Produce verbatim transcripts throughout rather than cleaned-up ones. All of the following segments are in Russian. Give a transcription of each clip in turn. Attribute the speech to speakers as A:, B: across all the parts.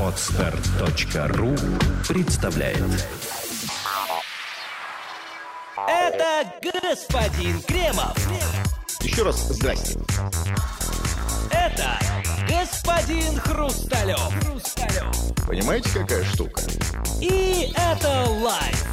A: Подстер точка ру представляет.
B: Это господин Кремов.
C: Еще раз здрасте.
B: Это господин Хрусталев. Хрусталев.
C: Понимаете, какая штука?
B: И это лайв.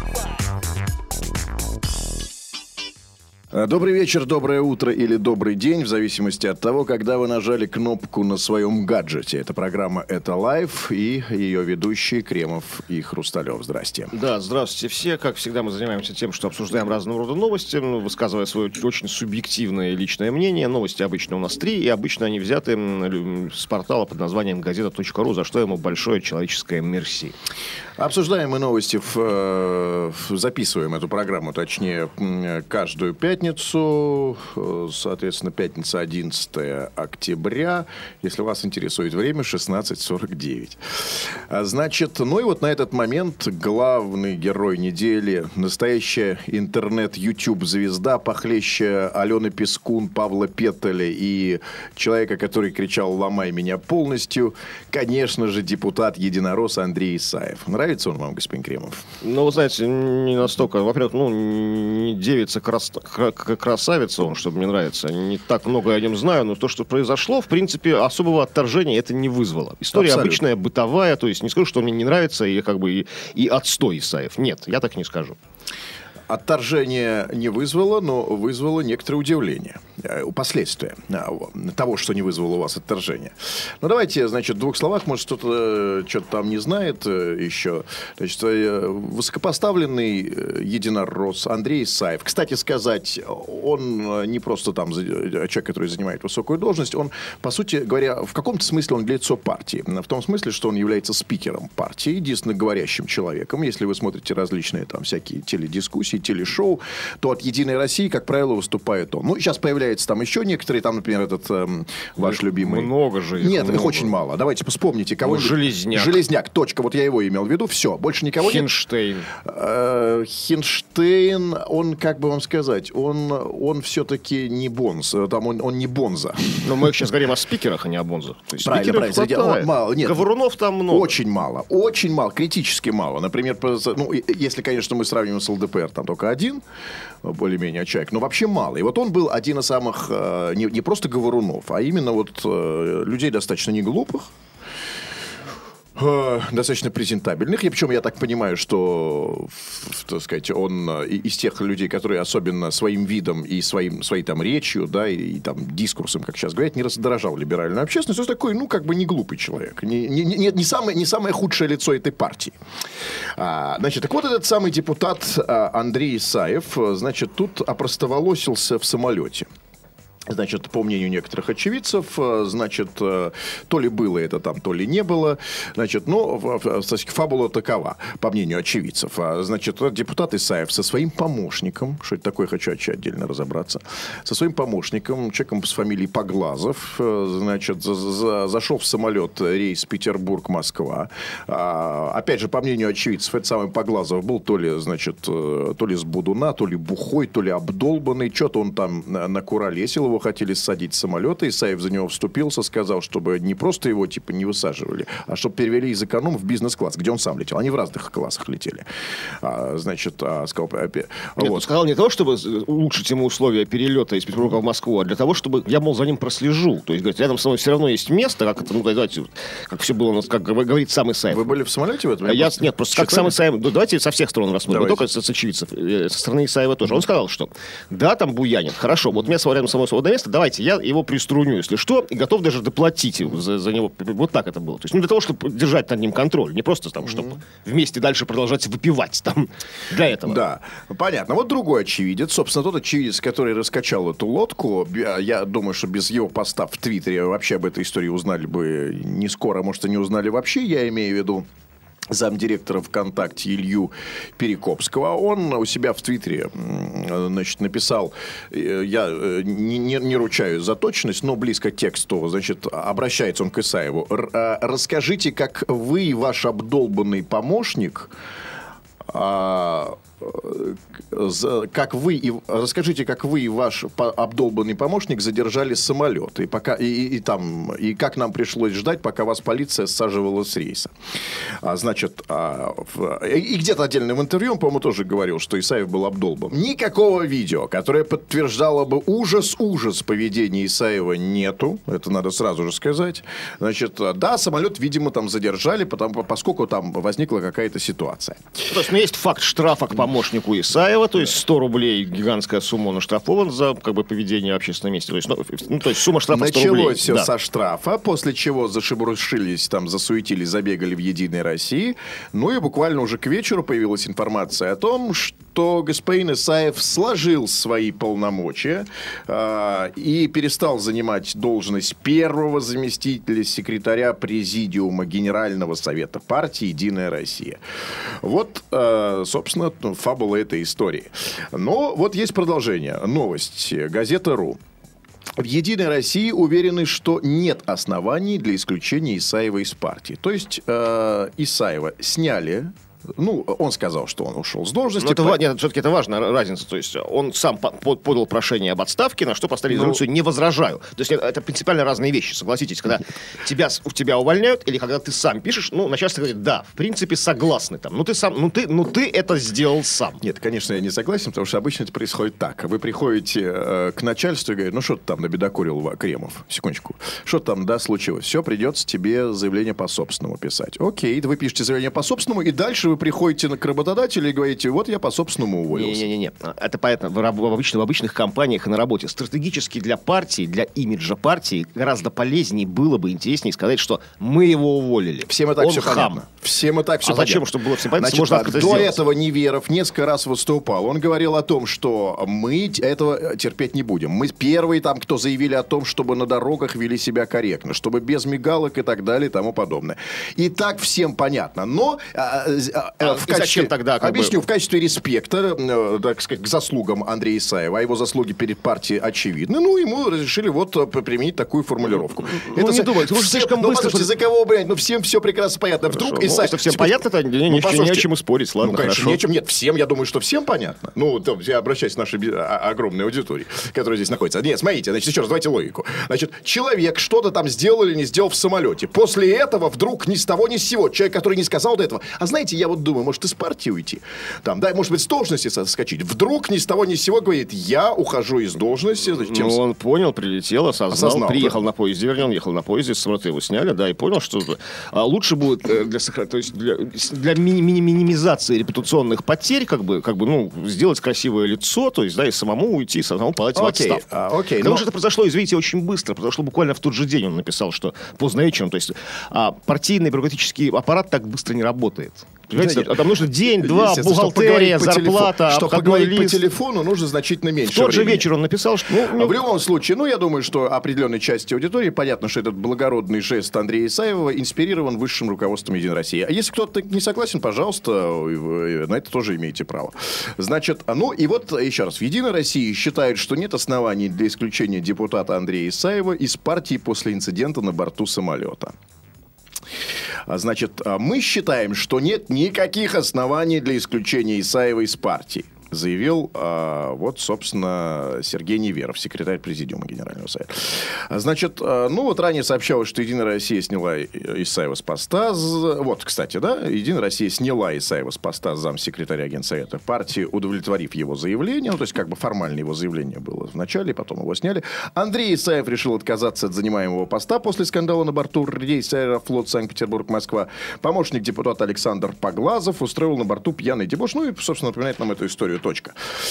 C: Добрый вечер, доброе утро или добрый день, в зависимости от того, когда вы нажали кнопку на своем гаджете. Это программа «Это лайв» и ее ведущие Кремов и Хрусталев. Здрасте.
D: Да, здравствуйте все. Как всегда, мы занимаемся тем, что обсуждаем разного рода новости, высказывая свое очень субъективное личное мнение. Новости обычно у нас три, и обычно они взяты с портала под названием газета точка ру, за что ему большое человеческое мерси.
C: Обсуждаем мы новости, в, записываем эту программу, точнее, каждую пятницу, соответственно, пятница одиннадцатое октября, если вас интересует время, шестнадцать сорок девять. Значит, ну и вот на этот момент главный герой недели, настоящая интернет-ютуб-звезда, похлеще Алены Пескун, Павла Петтеля и человека, который кричал «Ломай меня полностью», конечно же, депутат-единорос Андрей Исаев. Нравится он вам, господин Кремов?
D: Ну, вы знаете, не настолько. Во-первых, ну, не девица крас... красавица он, чтобы мне нравится. Не так много я о нем знаю, но то, что произошло, в принципе, особого отторжения это не вызвало. История Абсолютно. Обычная, бытовая, то есть не скажу, что мне не нравится и как бы и, и отстой Исаев. Нет, я так не скажу.
C: Отторжение не вызвало, но вызвало некоторое удивление. Последствия того, что не вызвало у вас отторжение. Ну, давайте, значит, в двух словах, может, кто-то что-то там не знает еще. Значит, высокопоставленный единорос Андрей Исаев. Кстати сказать, он не просто там человек, который занимает высокую должность, он, по сути говоря, в каком-то смысле он лицо партии. В том смысле, что он является спикером партии, единственно говорящим человеком. Если вы смотрите различные там всякие теледискуссии, телешоу, то от «Единой России», как правило, выступает он. Ну, сейчас появляется там еще некоторые, там, например, этот эм, ваш их любимый...
D: Много же их.
C: Нет,
D: много.
C: Их очень мало. Давайте вспомните кого-нибудь.
D: Ну, Железняк.
C: Железняк, точка. Вот я его имел в виду. Все, больше никого
D: Хинштейн.
C: нет. Э, Хинштейн, он, как бы вам сказать, он, он все-таки не бонз. Там он, он не бонза.
D: Но мы сейчас говорим о спикерах, а не о бонзах. То есть
C: правильно, правильно. Он, мало. Нет,
D: говорунов там много.
C: Очень мало. Очень мало. Критически мало. Например, ну, если, конечно, мы сравним с ЛДПР, там только один, более-менее человек, но вообще мало. И вот он был один из самых, не, не просто говорунов, а именно вот людей достаточно неглупых, достаточно презентабельных. И причем я так понимаю, что, так сказать, он из тех людей, которые особенно своим видом и своим, своей там речью, да, и, и там дискурсом, как сейчас говорят, не раздражал либеральную общественность. То есть такой, ну, как бы не глупый человек. Не, не, не, не, самое, не самое худшее лицо этой партии. А, значит, так вот этот самый депутат Андрей Исаев, значит, тут опростоволосился в самолете. Значит, по мнению некоторых очевидцев, значит, то ли было это там, то ли не было. Значит, ну, фабула такова, по мнению очевидцев. Значит, депутат Исаев со своим помощником, что это такое, хочу отдельно разобраться, со своим помощником, человеком с фамилией Поглазов, значит, за, за, зашел в самолет рейс Петербург-Москва. Опять же, по мнению очевидцев, этот самый Поглазов был то ли, значит, то ли с Будуна, то ли бухой, то ли обдолбанный. Что-то он там накуролесил, его хотели ссадить с самолета, Исаев за него вступился, сказал, чтобы не просто его типа не высаживали, а чтобы перевели из эконом в бизнес-класс, где он сам летел. Они в разных классах летели. А, значит, а, сказал...
D: Нет, вот. Он сказал не для того, чтобы улучшить ему условия перелета из Петербурга в Москву, а для того, чтобы я, мол, за ним прослежу. То есть, говорит, рядом со мной все равно есть место, как это, ну, давайте, как все было у нас, как говорит сам Исаев.
C: Вы были в самолете в этом?
D: Я, просто... Нет, просто читали? Как сам Исаев... Давайте со всех сторон рассмотрим, не только с очевидцев, со стороны Исаева тоже. Он сказал, что да, там буянит, хорошо, вот место рядом со мной свободное место, давайте, я его приструню, если что, и готов даже доплатить за, за него. Вот так это было. То есть, ну, для того, чтобы держать над ним контроль, не просто там, чтобы mm-hmm. вместе дальше продолжать выпивать там. Для этого.
C: Да, понятно. Вот другой очевидец, собственно, тот очевидец, который раскачал эту лодку, я думаю, что без его поста в Твиттере вообще об этой истории узнали бы не скоро, может, и не узнали вообще, я имею в виду замдиректора ВКонтакте Илью Перекопского. Он у себя в Твиттере, значит, написал, я не, не, не ручаюсь за точность, но близко к тексту, значит, обращается он к Исаеву. Расскажите, как вы и ваш обдолбанный помощник как вы и расскажите, как вы и ваш обдолбанный помощник задержали самолет и пока и, и, и там и как нам пришлось ждать, пока вас полиция саживала с рейса. А, значит, а, в, и где-то отдельно в интервью он, по-моему, тоже говорил, что Исаев был обдолбан. Никакого видео, которое подтверждало бы ужас-ужас поведения Исаева, нету. Это надо сразу же сказать. Значит, да, самолет, видимо, там задержали, потому, поскольку там возникла какая-то ситуация.
D: То есть, ну, есть факт штрафа к помощнику Исаева, то есть сто рублей, гигантская сумма, он оштрафован за как бы поведение в общественном месте. То есть, ну, ну, то есть сумма штрафа сто рублей.
C: Началось все
D: да.
C: со штрафа, после чего зашебуршились, там, засуетились, забегали в «Единой России». Ну и буквально уже к вечеру появилась информация о том, что господин Исаев сложил свои полномочия э, и перестал занимать должность первого заместителя секретаря президиума Генерального совета партии «Единая Россия». Вот, э, собственно, фабула этой истории. Но вот есть продолжение. Новость. Газета «Ру». В «Единой России» уверены, что нет оснований для исключения Исаева из партии. То есть э, Исаева сняли. Ну, он сказал, что он ушел с должности.
D: Это, по... Нет, все-таки это важная разница. То есть он сам по- подал прошение об отставке, на что поставили резолюцию ну... «не возражаю». То есть это принципиально разные вещи, согласитесь. Когда тебя, тебя увольняют, или когда ты сам пишешь, ну, начальство говорит, да, в принципе, согласны там. Ну, ты сам, ну, ты, ну, ты это сделал сам.
C: Нет, конечно, я не согласен, потому что обычно это происходит так. Вы приходите э, к начальству и говорите, ну, что ты там набедокурил, Кремов? Секундочку. Что там, да, случилось? Все, придется тебе заявление по собственному писать. Окей, вы пишете заявление по собственному, и дальше вы приходите к работодателю и говорите, вот я по собственному уволился.
D: Не-не-не, это понятно. В, в, обычно, в обычных компаниях и на работе. Стратегически для партии, для имиджа партии гораздо полезнее было бы, интереснее сказать, что мы его уволили.
C: Всем и так
D: Он
C: все
D: хам.
C: понятно. Всем и так все
D: а
C: понятно.
D: зачем, чтобы было все понятно?
C: Значит,
D: можно
C: до
D: сделать.
C: этого Неверов несколько раз выступал. Он говорил о том, что мы этого терпеть не будем. Мы первые там, кто заявили о том, чтобы на дорогах вели себя корректно, чтобы без мигалок и так далее и тому подобное. И так всем понятно. Но а, а, в качестве,
D: зачем тогда, как
C: объясню,
D: бы...
C: в качестве респекта, э, так сказать, к заслугам Андрея Исаева, а его заслуги перед партией очевидны, ну, ему разрешили вот применить такую формулировку.
D: Ну, это не думайте, вы слишком
C: ну,
D: быстро...
C: послушайте, за кого брать? Ну, всем все прекрасно понятно. Вдруг
D: Хорошо.
C: Исаев...
D: Ну, всем понятно, это не,
C: ну,
D: не, не о чем и спорить, ладно,
C: ну, конечно,
D: хорошо.
C: не о чем. Нет, всем, я думаю, что всем понятно. Ну, то, я обращаюсь к нашей огромной аудитории, которая здесь находится. Нет, смотрите, значит, еще раз, давайте логику. Значит, человек что-то там сделал или не сделал в самолете. После этого вдруг ни с того, ни с сего. Человек, который не сказал до этого. А знаете, я вот думаю, может, из партии уйти. Там, да, может быть, с должности соскочить. Вдруг ни с того, ни с сего говорит, я ухожу из должности. Значит, тем...
D: Ну, он понял, прилетел, осознал, осознал приехал да. на поезде, вернее, он ехал на поезде, с самолета его сняли, да, и понял, что а, лучше будет для, то есть для, для ми- ми- минимизации репутационных потерь, как бы, как бы, ну, сделать красивое лицо, то есть, да, и самому уйти, самому подать в отставку.
C: А, окей,
D: Потому
C: но...
D: что это произошло, извините, очень быстро, произошло буквально в тот же день, он написал, что поздно вечером, то есть а, партийный бюрократический аппарат так быстро не работает. Понимаете, да, там нужно день, два, бухгалтерия, зарплата,
C: чтобы поговорить лист. По телефону нужно значительно меньше
D: В тот
C: времени.
D: же вечер он написал, что... Ну,
C: а в любом случае, ну, я думаю, что определенной части аудитории понятно, что этот благородный жест Андрея Исаева инспирирован высшим руководством «Единой России». А если кто-то не согласен, пожалуйста, на это тоже имеете право. Значит, ну, и вот еще раз. В «Единой России» считают, что нет оснований для исключения депутата Андрея Исаева из партии после инцидента на борту самолета. Значит, мы считаем, что нет никаких оснований для исключения Исаева из партии, заявил, а, вот, собственно, Сергей Неверов, секретарь президиума Генерального совета. Значит, а, ну, вот ранее сообщалось, что «Единая Россия» сняла Исаева с поста. Вот, кстати, да, «Единая Россия» сняла Исаева с поста замсекретаря Генсовета партии, удовлетворив его заявление. Ну, то есть, как бы формально его заявление было в начале, потом его сняли. Андрей Исаев решил отказаться от занимаемого поста после скандала на борту рейса «Аэрофлот» Санкт-Петербург-Москва. Помощник депутата Александр Поглазов устроил на борту пьяный дебош. Ну, и, собственно, напоминает нам эту историю. Точка.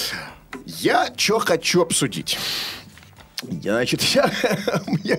C: Я что хочу обсудить? Значит, я, мне,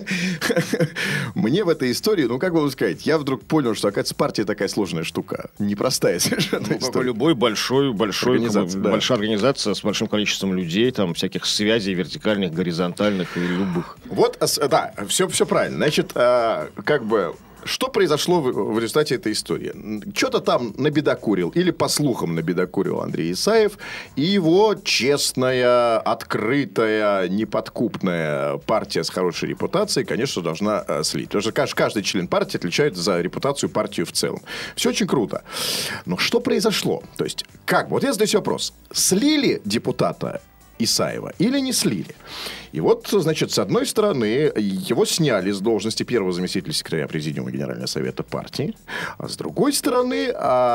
C: мне в этой истории, ну, как бы вам сказать, я вдруг понял, что, оказывается, партия такая сложная штука. Непростая совершенно
D: ну,
C: история.
D: Как любой большой, большой, организация, как бы, да. большая организация с большим количеством людей, там, всяких связей вертикальных, горизонтальных и любых.
C: Вот, да, все, все правильно. Значит, как бы... что произошло в, в результате этой истории? Что-то там набедокурил, или по слухам набедокурил Андрей Исаев, и его честная, открытая, неподкупная партия с хорошей репутацией, конечно, должна э, слить. Потому что каждый, каждый член партии отвечает за репутацию партии в целом. Все очень круто. Но что произошло? То есть, как? Вот я задаю себе вопрос. Слили депутата Исаева или не слили? И вот, значит, с одной стороны, его сняли с должности первого заместителя секретаря Президиума Генерального совета партии, а с другой стороны,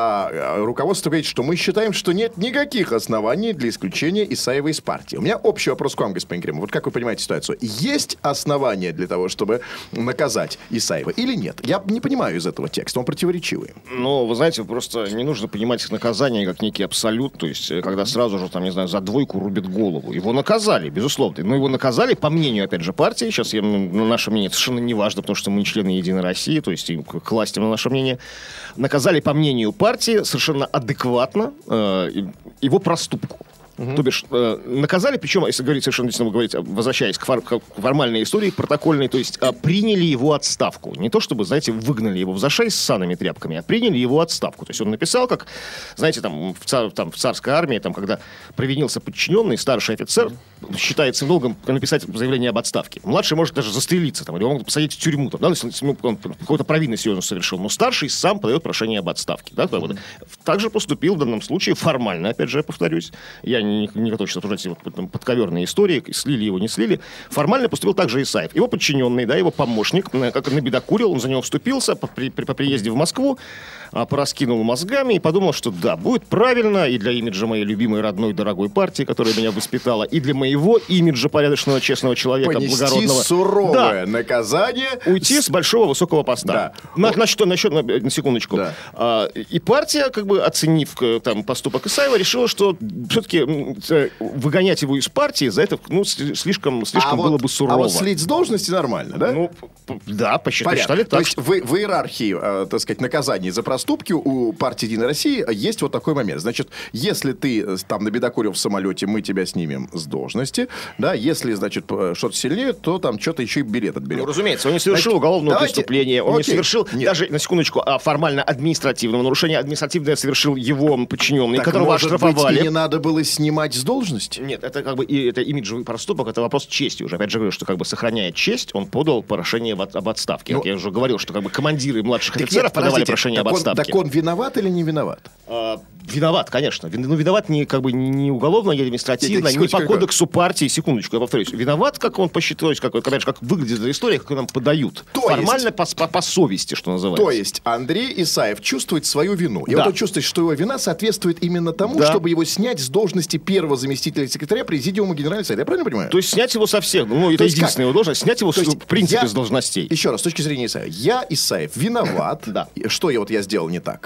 C: а, руководство говорит, что мы считаем, что нет никаких оснований для исключения Исаева из партии. У меня общий вопрос к вам, господин Кремов. Вот как вы понимаете ситуацию? Есть основания для того, чтобы наказать Исаева или нет? Я не понимаю из этого текста, он противоречивый.
D: Ну, вы знаете, просто не нужно понимать их наказание как некий абсолют, то есть, когда сразу же, там, не знаю, за двойку рубит голову. Его наказали, безусловно, но его наказали. Наказали, по мнению, опять же, партии, сейчас я, ну, наше мнение совершенно не важно, потому что мы не члены Единой России, то есть и к власти на наше мнение, наказали, по мнению партии, совершенно адекватно э, его проступку. Угу. То бишь, э, наказали, причем, если говорить совершенно действительно, говорить, возвращаясь к, фор- к формальной истории, протокольной, то есть э, приняли его отставку. Не то чтобы, знаете, выгнали его в зашей с санными тряпками, а приняли его отставку. То есть он написал, как, знаете, там в, цар- там, в царской армии, там, когда провинился подчиненный, старший офицер, угу. считается долгом написать заявление об отставке. Младший может даже застрелиться, там, или его могут посадить в тюрьму, там, да, если он какую-то провинность серьезно совершил. Но старший сам подает прошение об отставке. Да, угу. Также поступил в данном случае формально, опять же, я повторюсь, я не, не готов сейчас обсуждать его подковерные истории, слили его, не слили. Формально поступил также Исаев. Его подчиненный, да, его помощник, как набедокурил, он за него вступился по, при, по приезде в Москву, пораскинул мозгами и подумал, что да, будет правильно и для имиджа моей любимой, родной, дорогой партии, которая меня воспитала, и для моего имиджа порядочного, честного человека,
C: понести
D: благородного.
C: суровое
D: да.
C: наказание.
D: Уйти с большого высокого поста. Да. На, на, на, на, на, на секундочку. Да. А, и партия, как бы оценив там, поступок Исаева, решила, что все-таки выгонять его из партии за это ну, слишком, слишком
C: а
D: было
C: вот,
D: бы сурово.
C: А вот слить с должности нормально, да?
D: Ну, да, посчитали, посчитали так.
C: То есть в, в иерархии, э, так сказать, наказаний за проступки у партии «Единая Россия» есть вот такой момент. Значит, если ты там набедокурил в самолете, мы тебя снимем с должности, да, если, значит, что-то сильнее, то там что-то еще и билет отберем.
D: Ну, разумеется, он не совершил значит, уголовного давайте... преступления, он Окей. не совершил Нет. даже, на секундочку, а формально административного нарушения. Административное совершил его подчиненный, так, которого
C: может
D: оштрафовали.
C: Быть, и не надо было снимать с должности?
D: Нет, это как бы и, это имиджевый проступок, это вопрос чести уже. Опять же говорю, что как бы сохраняя честь, он подал прошение об отставке. Ну, как я уже говорил, что как бы командиры младших офицеров нет, подавали прошение об отставке.
C: Он, так он виноват или не виноват?
D: А, виноват, конечно. Ну, виноват не, как бы, не уголовно, не административно, не по кодексу партии. Секундочку, я повторюсь. Виноват, как он посчитал, как, опять же, как выглядит эта история, как нам подают. То Формально есть, по, по, по совести, что называется.
C: То есть Андрей Исаев чувствует свою вину. И
D: да.
C: вот он чувствует, что его вина соответствует именно тому, да. чтобы его снять с должности первого заместителя секретаря Президиума Генерального совета. Я правильно понимаю?
D: То есть снять его со всех. Ну, это единственная его должность. Снять его,
C: То есть,
D: в принципе,
C: я,
D: с должностей.
C: Еще раз, с точки зрения Исаева. Я, Исаев, виноват.
D: Да.
C: Что я вот я сделал не так?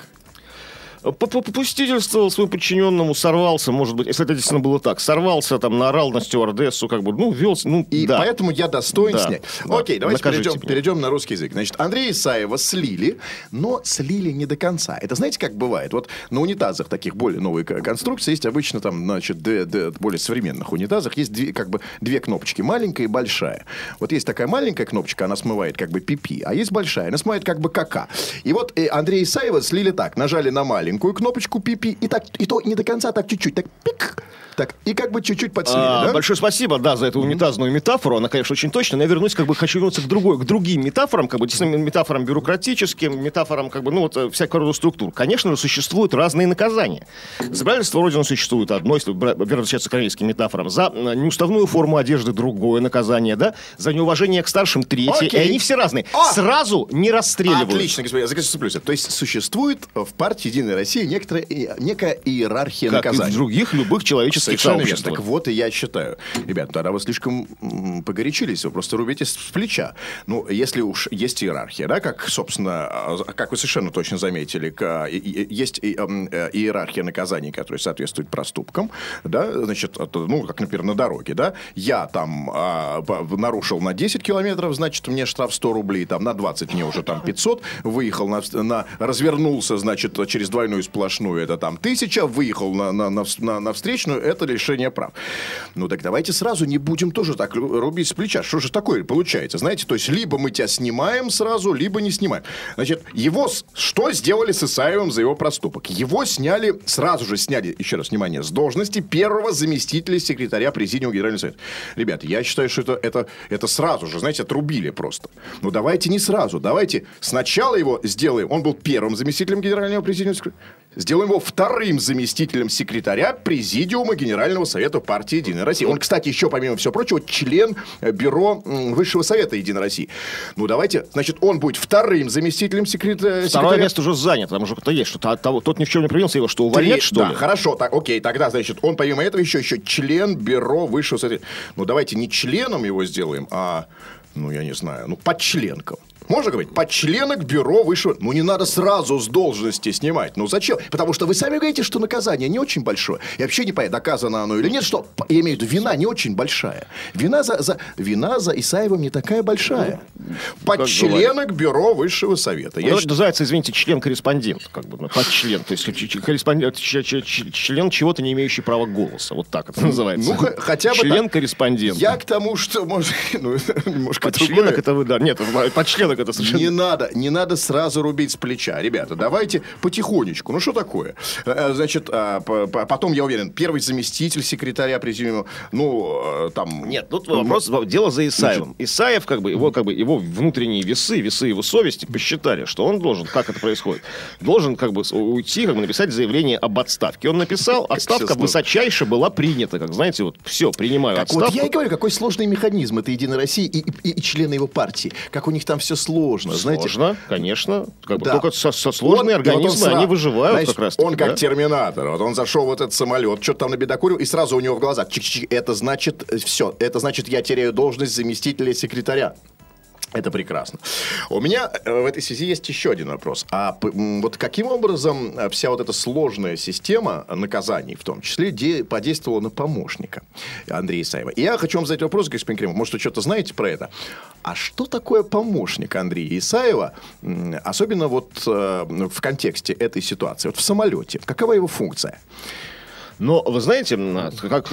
D: Попустительствовал своему подчиненному, сорвался, может быть, если это действительно было так, сорвался, там, наорал на стюардессу, как бы, ну, велся, ну,
C: и
D: да.
C: поэтому я достоин
D: да.
C: снять.
D: Да.
C: Окей, давайте перейдем,
D: меня.
C: перейдем на русский язык. Значит, Андрея Исаева слили, но слили не до конца. Это знаете, как бывает? Вот на унитазах таких более новой конструкции есть обычно там, значит, две, две, более современных унитазах есть две, как бы, две кнопочки, маленькая и большая. Вот есть такая маленькая кнопочка, она смывает как бы пипи, а есть большая, она смывает как бы кака. И вот э, Андрея Исаева слили так, нажали на маленькую кнопочку пипи, и так, и то не до конца, так чуть-чуть, так пик, так, и как бы чуть-чуть подслили, а, да?
D: Большое спасибо, да, за эту унитазную метафору, она, конечно, очень точная, но я вернусь, как бы, хочу вернуться к другой, к другим метафорам, как бы, действительно, метафорам бюрократическим, метафорам, как бы, ну, вот, всякого рода структур. Конечно же, существуют разные наказания. За предательство Родины существует одно, если возвращаться к корейским метафорам, за неуставную форму одежды другое наказание, да, за неуважение к старшим третье, Окей. и они все разные. О! Сразу не расстреливают.
C: Отлично, господин, я зацеплюсь. То есть существует в партии «Единая Россия» некоторая, некая иерархия
D: как
C: наказаний.
D: Как и в других любых человеческих
C: Совершенно
D: сообществах.
C: Так вот и я считаю. Ребят, тогда вы слишком м, погорячились, вы просто рубитесь с плеча. Ну, если уж есть иерархия, да, как, собственно, как вы совершенно точно заметили, к, и, и, есть и, э, иерархия наказаний, которая соответствует проступкам, да, значит, это, ну, как, например, на дороге, да, я там э, нарушил на десять километров, значит, мне штраф сто рублей, там, на двадцать мне уже там пятьсот, выехал на, на развернулся, значит, через двойную сплошную, это там тысяча, выехал на, на, на, на, на встречную, это это лишение прав. Ну так давайте сразу не будем тоже так рубить с плеча. Что же такое получается? Знаете, то есть либо мы тебя снимаем сразу, либо не снимаем. Значит, его что сделали с Исаевым за его проступок? Его сняли, сразу же сняли, еще раз, внимание, с должности первого заместителя секретаря Президиума Генерального Совета. Ребята, я считаю, что это, это, это сразу же, знаете, отрубили просто. Ну давайте не сразу, давайте сначала его сделаем, он был первым заместителем Генерального Президиума, сделаем его вторым заместителем секретаря Президиума Генерального Совета партии «Единая Россия». Он, кстати, еще, помимо всего прочего, член бюро Высшего Совета «Единой России». Ну, давайте, значит, он будет вторым заместителем секретаря.
D: Второе место уже занято, там уже кто-то есть, что того, тот ни в чем не провинился, его что, увольнять,
C: Три,
D: что
C: да,
D: ли?
C: хорошо, так, окей, тогда, значит, он, помимо этого, еще, еще член бюро Высшего Совета. Ну, давайте не членом его сделаем, а, ну, я не знаю, ну, подчленком. Можно говорить, подчленок бюро высшего... Ну, не надо сразу с должности снимать. Ну, зачем? Потому что вы сами говорите, что наказание не очень большое. И вообще не понятно, доказано оно или нет, что... Я имею в виду, вина не очень большая. Вина за, за, вина за Исаевым не такая большая. Подчленок бюро высшего совета.
D: Ну, это называется, извините, член-корреспондент. Как бы, ну, подчлен. То есть, корреспондент, член чего-то, не имеющий права голоса. Вот так это называется.
C: Ну, хотя бы
D: член-корреспондент.
C: Я к тому, что... Может, ну, немножко
D: подчленок это вы, да. Нет, подчленок это совершенно...
C: Не надо, не надо сразу рубить с плеча. Ребята, давайте потихонечку. Ну, что такое? Значит, потом, я уверен, первый заместитель секретаря президиума, ну, там...
D: Нет, тут вопрос, дело за Исаевым. Исаев, как бы, его, как бы, его внутренние весы, весы его совести посчитали, что он должен, как это происходит, должен, как бы, уйти, как бы, написать заявление об отставке. Он написал, отставка высочайше была принята, как, знаете, вот, все, принимаю отставку.
C: Вот я и говорю, какой сложный механизм это «Единой России» и, и, и члены его партии. Как у них там все сложно, знаете.
D: Сложно, конечно. Как бы,
C: да.
D: Только со, со сложные он, организмы, вот он, они выживают, знаешь, как раз.
C: Он как
D: да?
C: терминатор. Вот он зашел в этот самолет, что-то там набедокурил, и сразу у него в глазах чик-чик. Это значит, все. Это значит, я теряю должность заместителя секретаря. Это прекрасно. У меня в этой связи есть еще один вопрос. А вот каким образом вся вот эта сложная система наказаний, в том числе, де- подействовала на помощника Андрея Исаева? И я хочу вам задать вопрос, господин Кремов. Может, вы что-то знаете про это? А что такое помощник Андрея Исаева, особенно вот в контексте этой ситуации? Вот в самолете. Какова его функция?
D: Но, вы знаете, как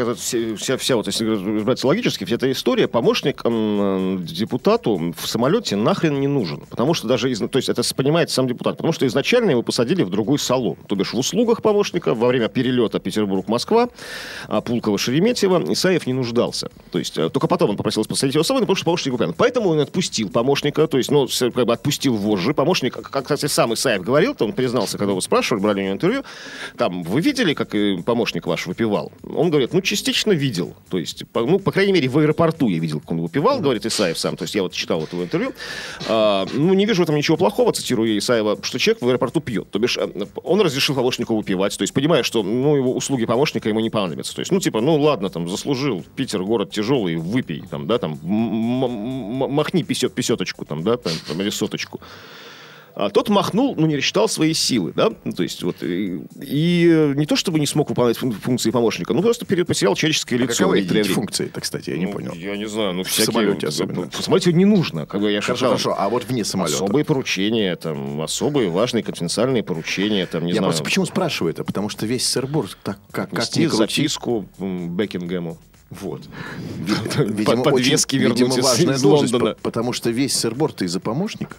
D: вся, вся вот, если разбираться логически, вся эта история, помощник э, депутату в самолете нахрен не нужен. Потому что даже, из, то есть это понимает сам депутат, потому что изначально его посадили в другой салон. То бишь в услугах помощника во время перелета Петербург-Москва, Пулково-Шереметьево Исаев не нуждался. То есть только потом он попросил посадить его в салон, потому что помощник его прям. Поэтому он отпустил помощника, то есть, ну, как бы отпустил вожжи. Помощник, как, кстати, сам Исаев говорил, то он признался, когда его спрашивали, брали у него интервью, там, вы видели, как помощник ваш выпивал? Он говорит, ну, частично видел. То есть, по, ну, по крайней мере, в аэропорту я видел, как он выпивал, говорит Исаев сам. То есть, я вот читал это в интервью. А, ну, не вижу в этом ничего плохого, цитирую Исаева, что человек в аэропорту пьет. То бишь, он разрешил помощнику выпивать. То есть, понимая, что, ну, его услуги помощника ему не понадобятся. То есть, ну, типа, ну, ладно, там, заслужил, Питер, город тяжелый, выпей, там, да, там, махни писет, писеточку, там, да, там, там, или соточку. А тот махнул, но не рассчитал свои силы, да, ну, то есть вот, и, и не то чтобы не смог выполнять функции помощника, ну, просто потерял человеческое лицо.
C: А каковы эти функции-то, кстати, я не
D: ну,
C: понял.
D: Я не знаю, ну,
C: в
D: всякие...
C: самолете особенно.
D: В самолете не нужно, как бы я
C: хорошо, хорошо, а вот вне самолета?
D: Особые поручения, там, особые важные конфиденциальные поручения, там, не
C: я
D: знаю...
C: Я просто почему спрашиваю это, потому что весь сыр-бор, так как, как
D: ни крути... записку Бекингему.
C: Вот.
D: Видимо, подвески вернуть
C: видимо, важная
D: из
C: должность,
D: Лондона.
C: Потому что весь сыр-бор-то из-за помощника.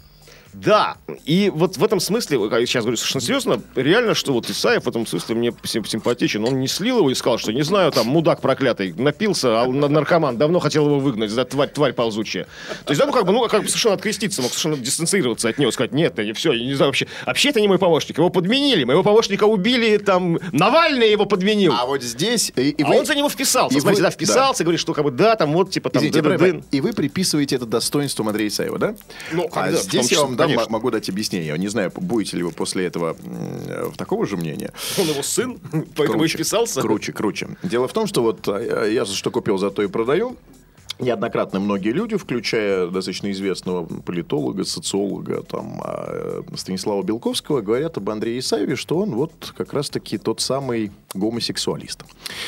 D: Да, и вот в этом смысле, я сейчас говорю совершенно серьезно, реально, что вот Исаев в этом смысле мне симпатичен. Он не слил его и сказал, что, не знаю, там, мудак проклятый, напился, а наркоман, давно хотел его выгнать, да, тварь, тварь ползучая. То есть, да, ну, как бы, ну, как бы совершенно откреститься, мог совершенно дистанцироваться от него, сказать, нет, не все, я не знаю вообще. Вообще, это не мой помощник, его подменили, моего помощника убили, там, Навальный его подменил.
C: А вот здесь... И, и
D: а
C: вы...
D: он за него вписался,
C: и
D: смотрите,
C: вы...
D: да, вписался, да. Говорит, что, как бы, да, там, вот, типа, там...
C: Извините, и вы приписываете это достоинством Андрея Исаева, да?
D: Ну,
C: а
D: да,
C: здесь я вам дам,
D: конечно.
C: могу дать объяснение. Я не знаю, будете ли вы после этого в такого же мнения.
D: Он его сын, поэтому круче, и вписался.
C: Круче, круче. Дело в том, что вот я за что купил, за то и продаю. неоднократно многие люди, включая достаточно известного политолога, социолога там, Станислава Белковского, говорят об Андрее Исаеве, что он вот как раз-таки тот самый гомосексуалист.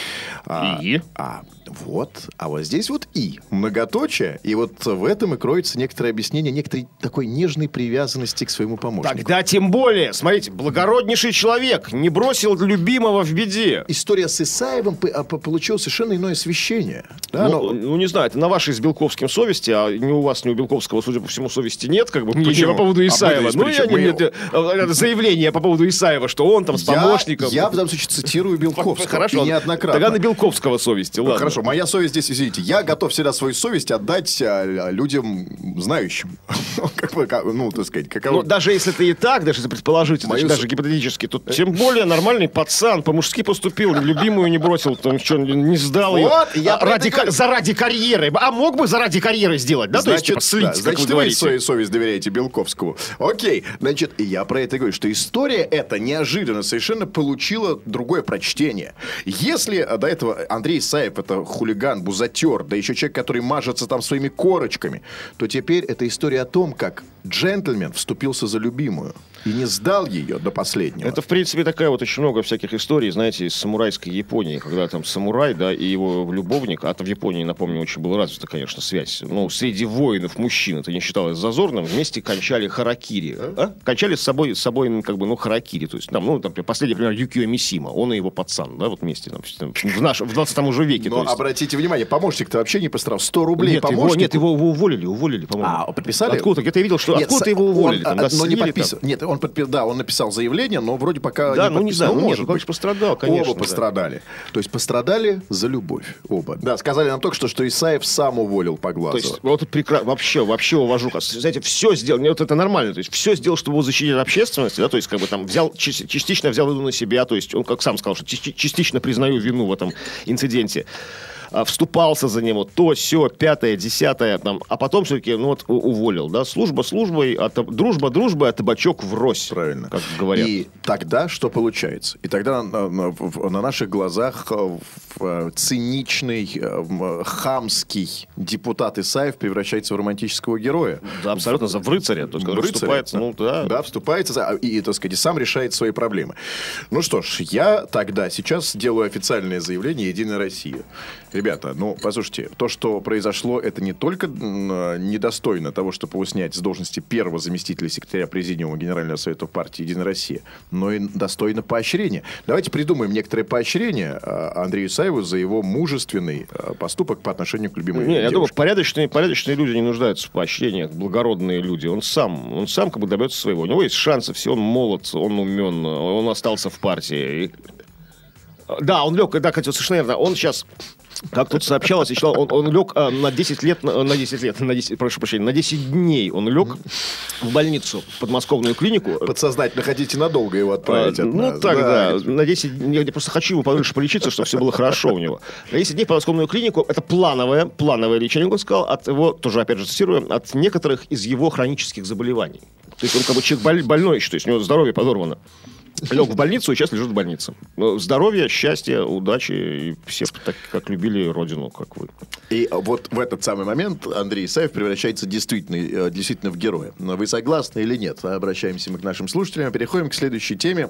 D: И?
C: А, а, вот, а вот здесь вот и, многоточие, и вот в этом и кроется некоторое объяснение некоторой такой нежной привязанности к своему помощнику.
D: Тогда тем более, смотрите, благороднейший человек не бросил любимого в беде.
C: История с Исаевым получила совершенно иное освещение. Да,
D: ну,
C: но...
D: ну, не знаю, это на вашей с Белковским совести, а ни у вас, ни у Белковского, судя по всему, совести нет, как бы, мнения по поводу Исаева. А ну, я, мы... нет, это заявление по поводу Исаева, что он там с помощником.
C: Я, я в данном случае цитирую Белковского.
D: Хорошо,
C: неоднократно.
D: Тогда на Белковского совести, ладно.
C: Хорошо, моя совесть здесь, извините, я готов всегда свою совесть отдать а, людям знающим. как бы, как, ну, так сказать, каково...
D: Ну, даже если это и так, даже если предположить, значит, даже гипотетически, то тем более нормальный пацан, по-мужски поступил, любимую не бросил, там, что, не сдал
C: вот,
D: ее
C: я
D: а, ради, ка- заради карьеры. А мог бы заради карьеры сделать, да?
C: Значит,
D: то есть, типа, слить,
C: да,
D: как
C: значит,
D: вы
C: вы
D: говорите.
C: свою совесть доверяете Белковскому. Окей, значит, я про это говорю, что история эта неожиданно совершенно получила другое прочтение. Если до этого Андрей Исаев это хулиган, бузатер, да еще человек, который мажется там своими корочками, то теперь это история о том, как джентльмен вступился за любимую и не сдал ее до последнего.
D: Это, в принципе, такая вот очень много всяких историй, знаете, из самурайской Японии, когда там самурай, да, и его любовник, а то в Японии, напомню, очень была развита, конечно, связь, ну, среди воинов мужчин, это не считалось зазорным, вместе кончали харакири, а? Кончали с собой, с собой, ну, как бы, ну, харакири, то есть, там, ну, там, последний пример, Юкио Мисима, он и его пацан, да, вот вместе, там, в, наш, в двадцатом уже веке.
C: Но
D: есть...
C: обратите внимание, помощник-то вообще не пострадал, сто рублей
D: нет,
C: помощнику.
D: Его, нет, его, его уволили, уволили, по-моему.
C: А, подписали?
D: Откуда-то, где-то я видел, что
C: нет,
D: откуда-то его уволили,
C: он,
D: там, да,
C: но не
D: слили,
C: подписал.
D: там.
C: Нет, он подписал, да, он написал заявление, но вроде пока
D: да,
C: не
D: ну, не знаю, ну,
C: может
D: нет,
C: быть.
D: пострадал, конечно.
C: Оба пострадали. Да. То есть пострадали за любовь. Оба. Да, сказали нам только что, что Исаев сам уволил Поглазова.
D: То есть, вот прекра... вообще, вообще уважу. Знаете, все сделал, вот это нормально, то есть все сделал, чтобы его защитить от общественности, да, то есть как бы там взял, частично взял вину на себя, то есть он, как сам сказал, что частично признаю вину в этом инциденте. Вступался за него, то, сё, пятое, десятое, там, а потом все-таки, ну вот, уволил, да, служба службой, а таб... дружба дружбой, а табачок врозь.
C: Правильно.
D: Как говорят.
C: И тогда что получается? И тогда на, на, на наших глазах циничный, хамский депутат Исаев превращается в романтического героя.
D: Да, абсолютно, в рыцаря. То есть,
C: в рыцаря,
D: вступается, ну, да.
C: Да, вступается, и, так сказать, сам решает свои проблемы. Ну что ж, я тогда сейчас делаю официальное заявление «Единая Россия». Ребята, ну, послушайте, то, что произошло, это не только недостойно того, чтобы его снять с должности первого заместителя секретаря Президиума Генерального совета партии «Единая Россия», но и достойно поощрения. Давайте придумаем некоторое поощрение Андрею Исаеву за его мужественный поступок по отношению к любимой
D: не,
C: девушке.
D: Я думаю, порядочные, порядочные люди не нуждаются в поощрениях, благородные люди. Он сам, он сам как бы добьется своего. У него есть шансы, все, он молод, он умен, он остался в партии. Да, он лег, да, хотел совершенно верно. Он сейчас, как тут сообщалось, я читал, он, он лег а, на десять лет, на, на десять лет, на десять, прошу прощения, на десять дней он лег в больницу, в подмосковную клинику.
C: Подсознательно хотите надолго его отправить
D: а,
C: от
D: Ну,
C: нас.
D: так,
C: да.
D: да. На десять дней, я просто хочу ему подольше полечиться, чтобы все было хорошо у него. На десять дней в подмосковную клинику, это плановое, плановое лечение, он сказал, от его, тоже, опять же, цитирую, от некоторых из его хронических заболеваний. То есть он как бы человек больной еще, то есть у него здоровье подорвано. Лег в больницу и сейчас лежит в больнице. Здоровья, счастья, удачи и все так, как любили родину, как вы.
C: И вот в этот самый момент Андрей Исаев превращается действительно, действительно в героя. Вы согласны или нет? Обращаемся мы к нашим слушателям. Переходим к следующей теме.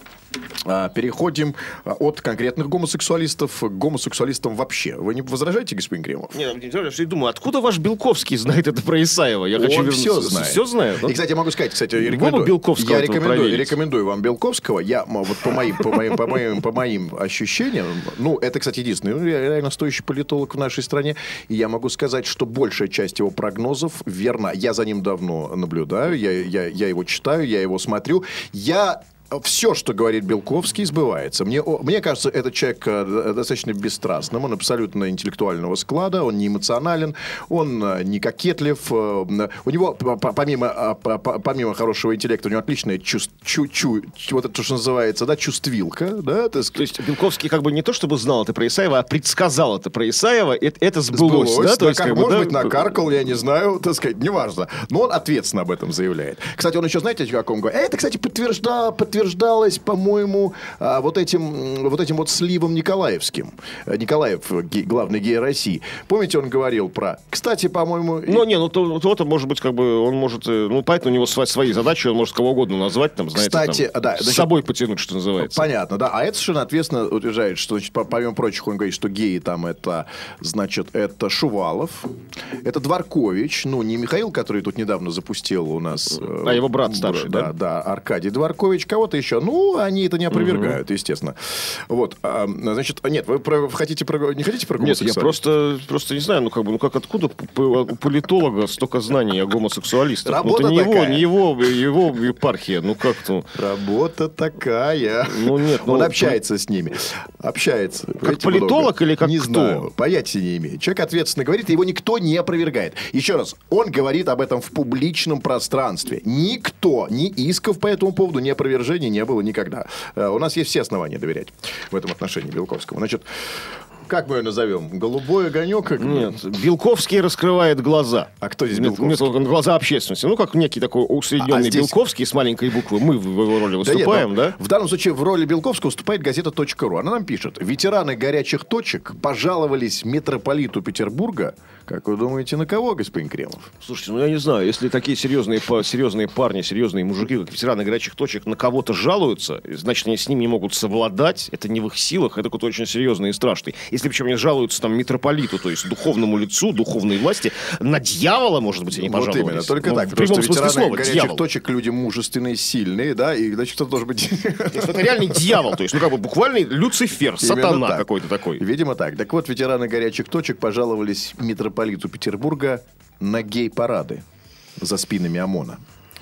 C: Переходим от конкретных гомосексуалистов к гомосексуалистам вообще. Вы не возражаете, господин Кремов?
D: Нет, я думаю, откуда ваш Белковский знает это про Исаева? Я хочу
C: Он все знает.
D: Все знает? Да?
C: И, кстати, я могу сказать, кстати, я рекомендую, я рекомендую, рекомендую вам Белковского. Я вот по моим, по моим, по моим, по моим ощущениям, ну, это, кстати, единственный ну, реально стоящий политолог в нашей стране, и я могу сказать, что большая часть его прогнозов верна. Я за ним давно наблюдаю, я, я, я его читаю, я его смотрю. Я... Все, что говорит Белковский, сбывается. Мне, мне кажется, этот человек достаточно бесстрастным, он абсолютно интеллектуального склада, он не эмоционален, он не кокетлив. У него, помимо, помимо хорошего интеллекта, у него отличное чувство, чу, чу, вот это, что называется, да, чувствилка. Да, то,
D: то есть Белковский как бы не то, чтобы знал это про Исаева, а предсказал это про Исаева, это, это сбылось.
C: сбылось
D: да?
C: То есть,
D: как,
C: как,
D: может
C: да?
D: быть,
C: накаркал, я не знаю, так сказать, неважно. Но он ответственно об этом заявляет. Кстати, он еще, знаете, о каком говорит? Это, кстати, подтверждает подтверждалось, по-моему, а, вот этим вот этим вот сливом Николаевским. Николаев, гей, главный гей России. Помните, он говорил про... Кстати, по-моему...
D: Ну, не, ну, то, то-то, может быть, как бы, он может... Ну, поэтому у него свои, свои задачи, он может кого угодно назвать, там, знаете,
C: Кстати,
D: там,
C: да,
D: с
C: значит,
D: собой потянуть, что называется.
C: Понятно, да. А это совершенно ответственно утверждает, что, значит, помимо прочих, он говорит, что геи там это, значит, это Шувалов, это Дворкович, ну, не Михаил, который тут недавно запустил у нас...
D: А его брат старший,
C: да? Да, да, Аркадий Дворкович, кого-то еще. Ну, они это не опровергают, угу. естественно. Вот, а, значит, нет, вы про, хотите про, не хотите про
D: гомосексуализм? Нет, я просто, просто не знаю, ну, как бы, ну, как откуда у политолога столько знаний о гомосексуалистах?
C: Работа
D: ну, это не
C: такая.
D: его, не его, его епархия, ну, как-то...
C: Работа такая.
D: Ну, нет, ну...
C: Он общается с ними. Общается.
D: Как политолог или как
C: не
D: кто?
C: Знаю, понятия не имею. Человек ответственно говорит, его никто не опровергает. Еще раз, он говорит об этом в публичном пространстве. Никто, ни исков по этому поводу, ни опровержений не было никогда. У нас есть все основания доверять в этом отношении Белковскому. Значит, как мы ее назовем? Голубой огонек?
D: Нет, Белковский раскрывает глаза.
C: А кто здесь Белковский?
D: Нет, глаза общественности. Ну, как некий такой усредненный а, а здесь... Белковский с маленькой буквы. Мы в его роли выступаем, да? Нет,
C: да? В данном случае в роли Белковского выступает газета .ру. Она нам пишет. Ветераны горячих точек пожаловались митрополиту Петербурга. Как вы думаете, на кого, господин Кремов?
D: Слушайте, ну я не знаю. Если такие серьезные, серьезные парни, серьезные мужики, как ветераны горячих точек, на кого-то жалуются, значит, они с ним не могут совладать. Это не в их силах. Это какой-то очень серьезный и страшный. Если причем они жалуются там митрополиту, то есть духовному лицу, духовной власти, на дьявола, может быть, они пожаловались.
C: Вот именно, только
D: ну,
C: так.
D: В прямом смысле слова,
C: горячих
D: дьявол.
C: Точек люди мужественные, сильные, да, и значит, кто должен быть...
D: Это реальный дьявол, то есть, ну, как бы буквальный Люцифер, сатана какой-то такой.
C: Видимо так. Так вот, ветераны горячих точек пожаловались митрополиту Петербурга на гей-парады за спинами ОМОНа.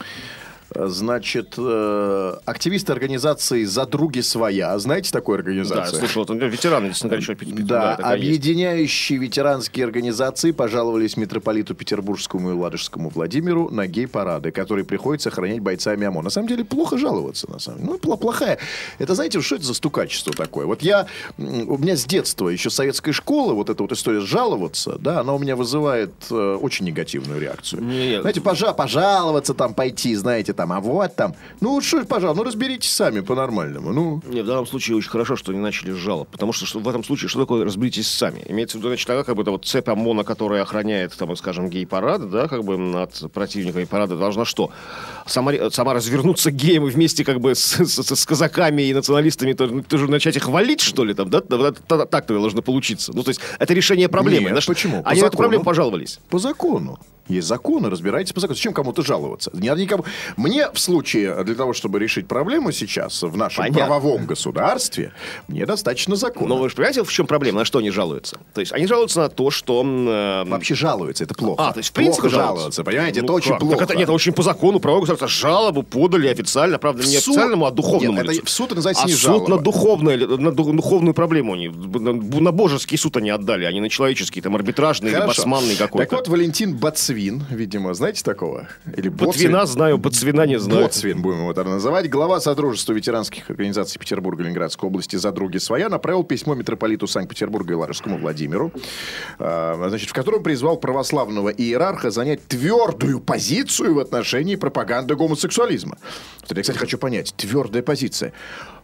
C: Значит, э, активисты организации «Задруги своя». Знаете такую организацию?
D: Да, слушал, вот, ветераны действительно горячего Петербурга.
C: Да, да объединяющие есть. Ветеранские организации пожаловались митрополиту Петербургскому и Ладожскому Владимиру на гей-парады, которые приходится охранять бойцами ОМОНа. На самом деле, плохо жаловаться, на самом деле. Ну, плохая. Это, знаете, что это за стукачество такое? Вот я, у меня с детства, еще с советской школы, вот эта вот история жаловаться, да, она у меня вызывает э, очень негативную реакцию.
D: Нет.
C: Знаете, пожа- пожаловаться там, пойти, знаете, там, а вот там. Ну, что, пожалуйста, ну, разберитесь сами по-нормальному. Ну.
D: Не, в данном случае очень хорошо, что они начали с жалоб. Потому что, что в этом случае, что такое разберитесь сами? Имеется в виду, значит, такая, как бы, это вот цепь ОМОНа, которая охраняет, там, скажем, гей-парады, да, как бы, от противниками парада, должна что? Сама, сама развернуться геем и вместе, как бы, с, с, с казаками и националистами, то, ну, тоже начать их валить, что ли, там, да? Так-то должно получиться. Ну, то есть, это решение проблемы.
C: Нет, почему? По
D: они
C: закону.
D: в эту проблему пожаловались.
C: По закону. Есть законы, разбирайтесь по закону. Зачем кому-то жаловаться? Никому... Мне в случае, для того, чтобы решить проблему сейчас в нашем
D: Понятно.
C: правовом государстве, мне достаточно закона.
D: Но вы же понимаете, в чем проблема? На что они жалуются? То есть, они жалуются на то, что... Э...
C: Вообще жалуются, это плохо.
D: А, то есть, в принципе,
C: плохо
D: жалуются.
C: жаловаться, понимаете?
D: Ну,
C: это очень
D: как?
C: плохо.
D: Так это нет, это очень по закону правового государства. Жалобу подали официально, правда, не
C: суд...
D: официальному, а духовному
C: нет,
D: лицу.
C: Это в суд называется
D: а
C: не
D: суд
C: жалоба.
D: на, духовное, на духовную проблему они, на, на божеский суд они отдали, а не на человеческий, там, арбитражный или басманный какой-то.
C: Так вот, Валентин Боцвин, видимо, знаете такого? Или
D: Ботвина знаю, Боцвина не знаю.
C: Боцвин будем его так называть. Глава Содружества ветеранских организаций Петербурга и Ленинградской области «Задруги своя» направил письмо митрополиту Санкт-Петербурга и Ладожскому Владимиру, значит, в котором призвал православного иерарха занять твердую позицию в отношении пропаганды гомосексуализма. Я, кстати, хочу понять. Твердая позиция.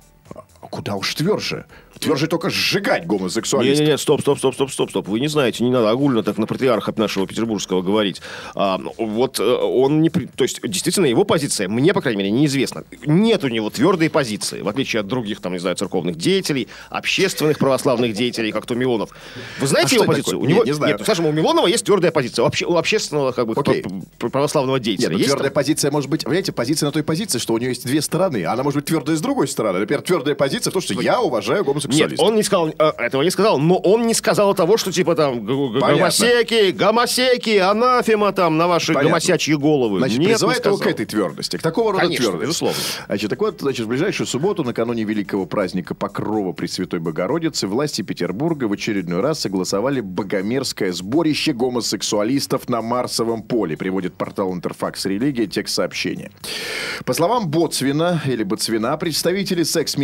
C: Куда уж тверже? Тверже только сжигать гомосексуалистов.
D: Не-не-не, стоп, стоп, стоп, стоп, стоп, стоп. Вы не знаете, не надо огульно так на патриарха нашего петербургского говорить. А, вот он не... То есть, действительно, его позиция, мне, по крайней мере, неизвестна. Нет у него твердой позиции, в отличие от других, там, не знаю, церковных деятелей, общественных православных деятелей, как то Милонов. Вы знаете а его позицию? У него...
C: Нет, не знаю.
D: Нет, скажем, у Милонова есть твердая позиция. Обще... У общественного, как бы, православного деятеля.
C: Нет,
D: есть
C: твердая
D: там?
C: позиция может быть... Понимаете, позиция на той позиции, что у нее есть две стороны. Она может быть твердая с другой стороны. Например, твердая позиция в том, что я уважаю гомосексуалистов.
D: Нет, он не сказал, этого не сказал, но он не сказал того, что типа там гомосеки, гомосеки, анафема там на ваши Понятно. Гомосячьи головы.
C: Значит,
D: Нет,
C: призывает его к этой твердости, к такого рода
D: Конечно,
C: твердости.
D: безусловно.
C: Значит, так вот, значит, в ближайшую субботу, накануне великого праздника Покрова Пресвятой Богородицы, власти Петербурга в очередной раз согласовали богомерзкое сборище гомосексуалистов на Марсовом поле, приводит портал Интерфакс Религия, текст сообщения. По словам Боцвина или Боцвина, представители секс-меньшинств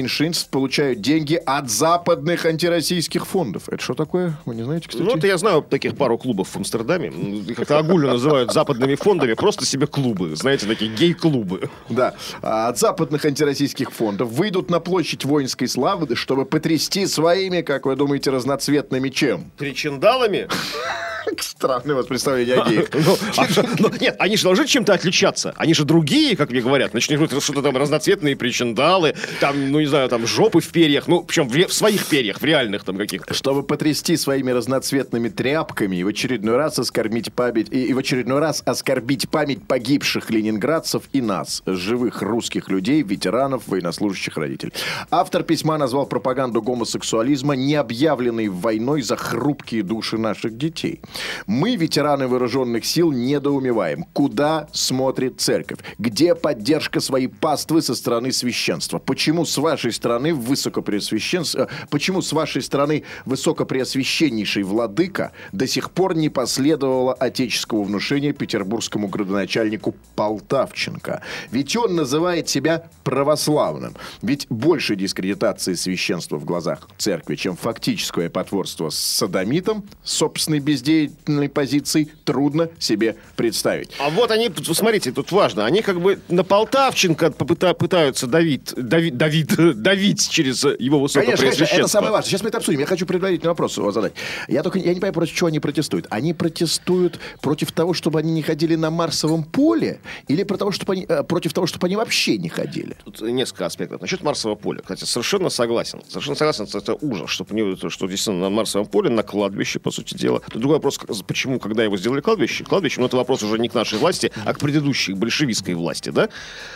C: получают деньги от западных антироссийских фондов. Это что такое? Вы не знаете, кстати?
D: Ну, это я знаю таких пару клубов в Амстердаме. Их как-то огульно называют западными фондами. Просто себе клубы. Знаете, такие гей-клубы.
C: Да. От западных антироссийских фондов выйдут на площадь воинской славы, чтобы потрясти своими, как вы думаете, разноцветными чем?
D: Причиндалами?
C: Странное у вас представление о геях.
D: Ну, а, ну, нет, они же должны чем-то отличаться. Они же другие, как мне говорят. Значит, что-то там разноцветные причиндалы, там, ну, не знаю, там жопы в перьях. Ну, причем в, в своих перьях, в реальных там каких-то.
C: Чтобы потрясти своими разноцветными тряпками и в очередной раз оскорбить память, и, и в очередной раз оскорбить память погибших ленинградцев и нас, живых русских людей, ветеранов, военнослужащих, родителей. Автор письма назвал пропаганду гомосексуализма необъявленной войной за хрупкие души наших детей. Мы, ветераны вооруженных сил, недоумеваем, куда смотрит церковь, где поддержка своей паствы со стороны священства, почему с вашей стороны высокопреосвященство, почему с вашей стороны высокопреосвященнейший владыка до сих пор не последовало отеческого внушения петербургскому градоначальнику Полтавченко. Ведь он называет себя православным. Ведь больше дискредитации священства в глазах церкви, чем фактическое потворство с содомитом, собственной бездеятельностью, позиции трудно себе представить.
D: А вот они, смотрите, тут важно, они как бы на Полтавченко пытаются давить, давить, давить, давить через его высокопреосвященство.
C: Конечно, это самое важное. Сейчас мы это обсудим. Я хочу предварительный вопрос задать. Я только я не понимаю, против чего они протестуют. Они протестуют против того, чтобы они не ходили на Марсовом поле, или про того, чтобы они, против того, чтобы они вообще не ходили?
D: Тут несколько аспектов. Насчет Марсового поля, кстати, совершенно согласен. Совершенно согласен, это ужас, что, что действительно на Марсовом поле, на кладбище, по сути дела. Тут другой вопрос, почему, когда его сделали кладбище, кладбище, но это вопрос уже не к нашей власти, а к предыдущей большевистской власти, да?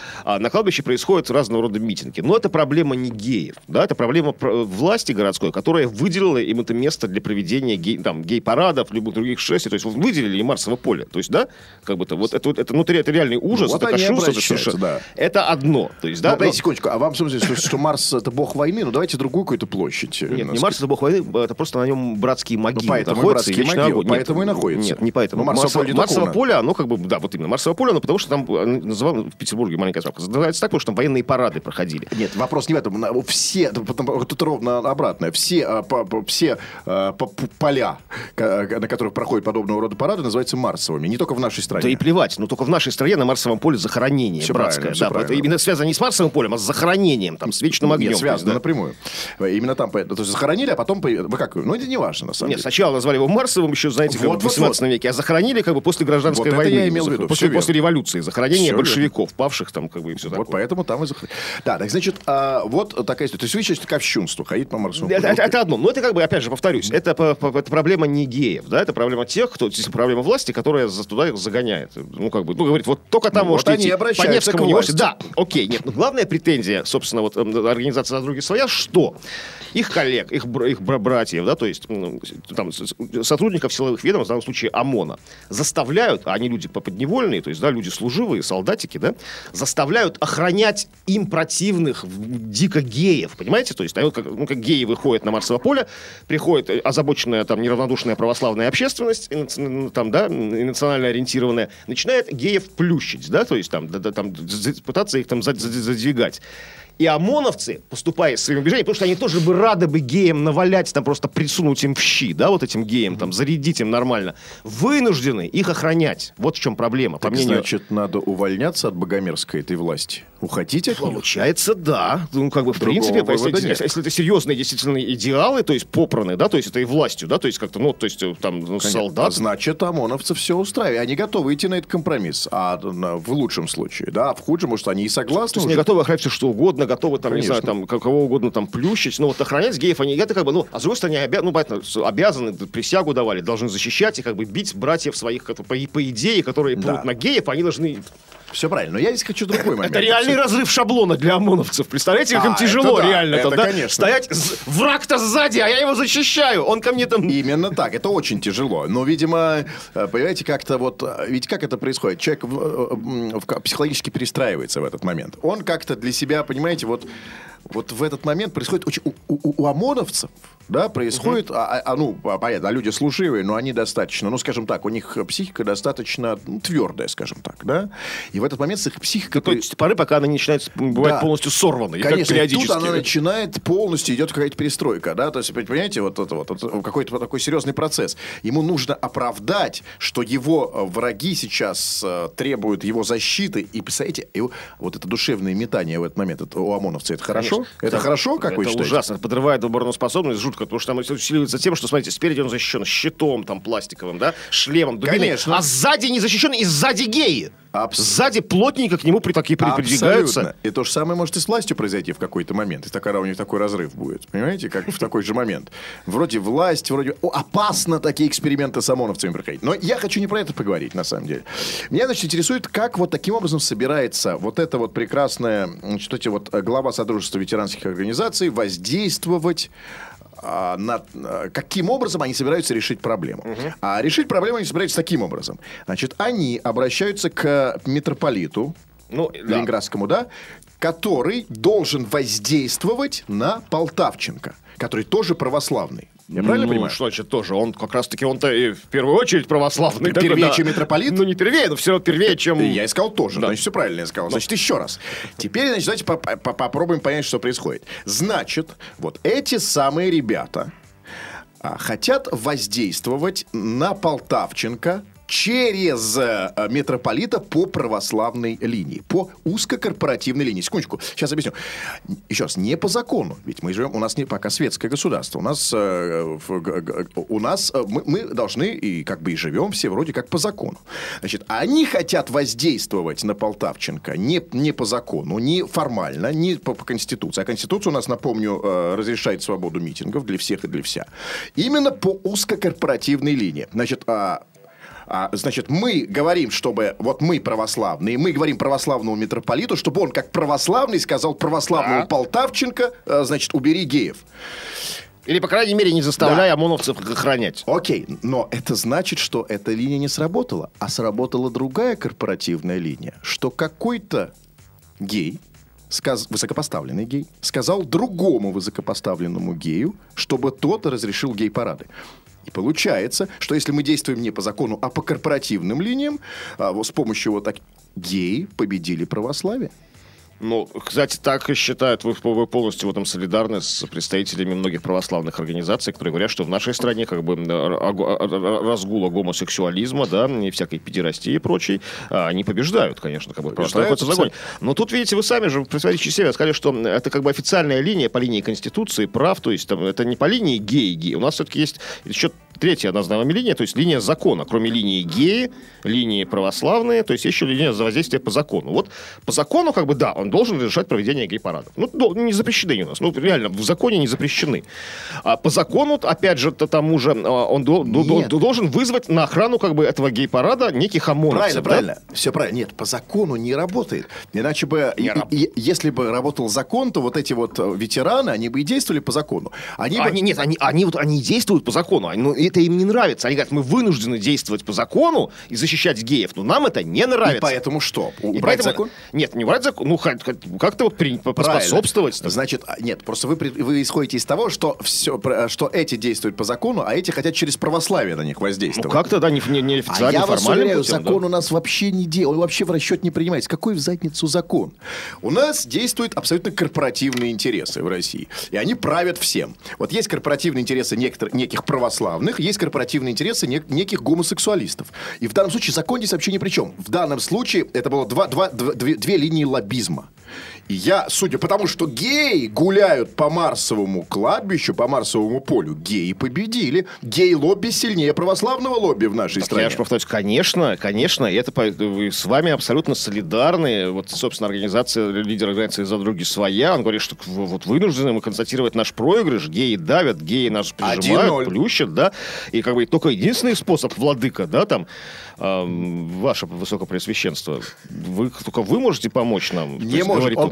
D: А на кладбище происходят разного рода митинги. Но это проблема не геев, да? Это проблема власти городской, которая выделила им это место для проведения гей, там, гей-парадов, любых других шествий. То есть выделили им Марсово поле. То есть, да, как бы-то, вот это, это, ну, это реальный ужас,
C: ну, вот
D: это кощунство, это совершенно... Да. Это одно. То есть, да,
C: ну, но... секундочку, а вам смысле, что, что Марс это бог войны? Ну, давайте другую какую-то площадь.
D: Нет, не Марс это бог войны, это просто на нем братские могилы.
C: Ну, поэтому находятся, и могилы, огонь. Поэтому
D: нет,
C: и находится.
D: Нет, не поэтому.
C: Ну, Марсово, поле,
D: Марсово поле, оно как бы, да, вот именно, Марсово поле, оно потому что там, называем в Петербурге маленькая справка, называется так, потому что там военные парады проходили.
C: Нет, вопрос не в этом. Все, тут ровно обратное, все, все поля, на которых проходят подобного рода парады, называются Марсовыми. Не только в нашей стране.
D: Да и плевать, но только в нашей стране на Марсовом поле захоронение
C: все
D: братское.
C: Все
D: да, это именно связано не с Марсовым полем, а с захоронением, там, с вечным огнем.
C: Нет, связано
D: есть, да?
C: напрямую. Именно там, то есть захоронили, а потом, вы как, ну это не важно, на самом
D: Нет,
C: деле.
D: сначала назвали его Марсовым, еще, знаете, как вот, в восемнадцатом вот, веке, а захоронили как бы после гражданской
C: вот
D: войны.
C: Это я имел в виду.
D: После, после революции, захоронение
C: все
D: большевиков, верно. Павших там, как бы, и все такое.
C: Вот поэтому там и захоронили. Да, так значит, а, вот такая история. То есть вы считаете, ковщунство, ходить по Марсовому полю?
D: Это, это одно. Но это как бы, опять же, повторюсь, это, это проблема не геев, да, это проблема тех, кто, здесь проблема власти, которая туда загоняет. Ну, как бы, ну, говорит, вот только там
C: ну,
D: можете
C: вот
D: идти.
C: По Невскому
D: не можете. Да, окей, нет. Но главная претензия, собственно, вот организации «За други своя», что их коллег, их, их братьев, да, то есть ну, там, сотрудников силовых ведомств, в данном случае ОМОНа, заставляют, а они люди подневольные, то есть, да, люди служивые, солдатики, да, заставляют охранять им противных дико геев, понимаете? То есть, вот как, ну, как геи выходят на Марсово поле, приходит озабоченная, там, неравнодушная православная общественность, и, там, да, и национально ориентированная, начинает геев плющить, да, то есть, там, да, да, там пытаться их там задвигать. И ОМОНовцы, поступая своим движением, потому что они тоже бы рады бы геям навалять, там просто присунуть им в щи, да, вот этим геям, там, зарядить им нормально, вынуждены их охранять. Вот в чем проблема.
C: Так,
D: по мнению...
C: значит, надо увольняться от богомерзкой этой власти? Уходить от нее?
D: Получается, да. Ну, как бы, в Другого принципе, если, если, если это серьезные действительно идеалы, то есть попраны, да, то есть это и властью, да, то есть как-то, ну, то есть там, ну, солдат.
C: Значит, ОМОНовцы все устраивают. Они готовы идти на этот компромисс. А в лучшем случае, да, в худшем, может, они и согласны.
D: То есть они готовы охранять все, что угодно, готовы там, Конечно. Не знаю, там, кого угодно там плющить, но вот охранять геев они, это как бы, ну, а с другой стороны, обя... ну, понятно, обязаны, присягу давали, должны защищать и как бы бить братьев своих, по, по идее, которые да. Прут на геев, они должны...
C: Все правильно, но я здесь хочу другой момент.
D: Это реальный разрыв шаблона для ОМОНовцев. Представляете, как а, им тяжело да, реально.
C: Это,
D: там, да?
C: Конечно.
D: Стоять, враг-то сзади, а я его защищаю. Он ко мне там...
C: Именно так, это очень тяжело. Но, видимо, понимаете, как-то вот... Ведь как это происходит? Человек в, в, в, психологически перестраивается в этот момент. Он как-то для себя, понимаете, вот, вот в этот момент происходит... У, у, у ОМОНовцев да, происходит, угу. а, а, ну, понятно, а люди служивые, но они достаточно, ну, скажем так, у них психика достаточно ну, твердая, скажем так, да, и в этот момент с их психикой...
D: То есть, поры, пока она не начинает бывать да. полностью сорванной,
C: конечно,
D: как периодически.
C: Тут она начинает полностью, идет какая-то перестройка, да, то есть, понимаете, вот это вот, вот какой-то такой серьезный процесс. Ему нужно оправдать, что его враги сейчас э, требуют его защиты, и, представляете, его, вот это душевное метание в этот момент это, у ОМОНовцев, это хорошо? Конечно. Это, это хорошо, как
D: это
C: вы считаете?
D: Это ужасно, подрывает обороноспособность, жутко, потому что там это усиливается тем, что, смотрите, спереди он защищен щитом там пластиковым, да, шлемом, дубиной, конечно. А сзади не защищен, и сзади геи. Абс... Сзади плотненько к нему при такие придвигаются.
C: Абсолютно. И то же самое может и с властью произойти в какой-то момент. И когда у них такой разрыв будет. Понимаете, как в такой же момент. Вроде власть, вроде... О, опасно такие эксперименты с ОМОНовцами проходить. Но я хочу не про это поговорить, на самом деле. Меня, значит, интересует, как вот таким образом собирается вот эта вот прекрасная, значит, эти вот глава Содружества ветеранских организаций воздействовать на, каким образом они собираются решить проблему. Угу. А решить проблему они собираются таким образом. Значит, они обращаются к митрополиту, ну, ленинградскому, да. да, который должен воздействовать на Полтавченко, который тоже православный. Я правильно
D: ну,
C: понимаю?
D: Что значит тоже? Он как раз-таки, он-то и в первую очередь православный.
C: Первее,
D: да.
C: чем митрополит?
D: Ну, не первее, но все равно первее, чем...
C: Я искал тоже, да. Значит, все правильно я сказал. Значит, еще раз. Теперь, значит, давайте попробуем понять, что происходит. Значит, вот эти самые ребята а, хотят воздействовать на Полтавченко через э, митрополита по православной линии, по узкокорпоративной линии. Секундочку, сейчас объясню. Еще раз, не по закону, ведь мы живем, у нас не пока светское государство, у нас, э, в, у нас э, мы, мы должны и как бы и живем все вроде как по закону. Значит, они хотят воздействовать на Полтавченко не, не по закону, не формально, не по, по Конституции. А Конституция у нас, напомню, э, разрешает свободу митингов для всех и для вся. Именно по узкокорпоративной линии. Значит, э, А, значит, мы говорим, чтобы... Вот мы православные, мы говорим православному митрополиту, чтобы он, как православный, сказал православному да. Полтавченко, а, значит, убери геев.
D: Или, по крайней мере, не заставляя да. ОМОНовцев охранять.
C: Окей, но это значит, что эта линия не сработала, а сработала другая корпоративная линия, что какой-то гей, сказ... высокопоставленный гей, сказал другому высокопоставленному гею, чтобы тот разрешил гей-парады. И получается, что если мы действуем не по закону, а по корпоративным линиям, а, вот с помощью вот так геи победили православие.
D: Ну, кстати, так и считают. Вы, вы полностью в этом солидарны с представителями многих православных организаций, которые говорят, что в нашей стране как бы разгула гомосексуализма, да, и всякой педерастии и прочей, они побеждают, конечно, как бы православие в законе. Но тут, видите, вы сами же, представитель себя, сказали, что это как бы официальная линия по линии Конституции, прав, то есть там, это не по линии геи-геи. У нас все-таки есть еще третья одна знамя линия, то есть линия закона. Кроме линии геи, линии православные, то есть еще линия воздействия по закону. Вот по закону, как бы, да, он должен разрешать проведение гей-парадов. Ну, не запрещены у нас. Ну, реально, в законе не запрещены. А по закону, опять же, тому же, он до, до, должен вызвать на охрану, как бы, этого гей-парада неких ОМОНовцев.
C: Правильно,
D: да?
C: правильно. Все правильно. Нет, по закону не работает. Иначе бы, и, раб... и, если бы работал закон, то вот эти вот ветераны, они бы и действовали по закону. Они
D: они,
C: бы...
D: Нет, они, они, вот, они действуют по закону. Но это им не нравится. Они говорят, мы вынуждены действовать по закону и защищать геев. Но нам это не нравится.
C: И поэтому что?
D: Убрать поэтому... закон? Нет, не убрать закон. Ну, как-то вот при... поспособствовать.
C: Значит, нет, просто вы, вы исходите из того, что, все, что эти действуют по закону, а эти хотят через православие на них воздействовать.
D: Ну, как-то, да, не, не, не официально,
C: а я вас уверяю,
D: путем,
C: закон
D: да.
C: у нас вообще не делает, он вообще в расчет не принимается. Какой в задницу закон? У нас действуют абсолютно корпоративные интересы в России. И они правят всем. Вот есть корпоративные интересы некоторых, неких православных, есть корпоративные интересы нек- неких гомосексуалистов. И в данном случае закон здесь вообще ни при чем. В данном случае это было два, два, два, две, две линии лоббизма. И я, судя по тому, что геи гуляют по Марсовому кладбищу, по Марсовому полю, геи победили. Гей-лобби сильнее православного лобби в нашей
D: так
C: стране.
D: Я же повторюсь, конечно, конечно, и это с вами абсолютно солидарны. Вот, собственно, организация, лидер организации «За други своя», он говорит, что вот вынуждены мы констатировать наш проигрыш, геи давят, геи нас прижимают, плющат, да, и как бы только единственный способ, владыка, да, там, э, ваше высокопреосвященство, вы, только вы можете помочь нам.
C: Не может. Он,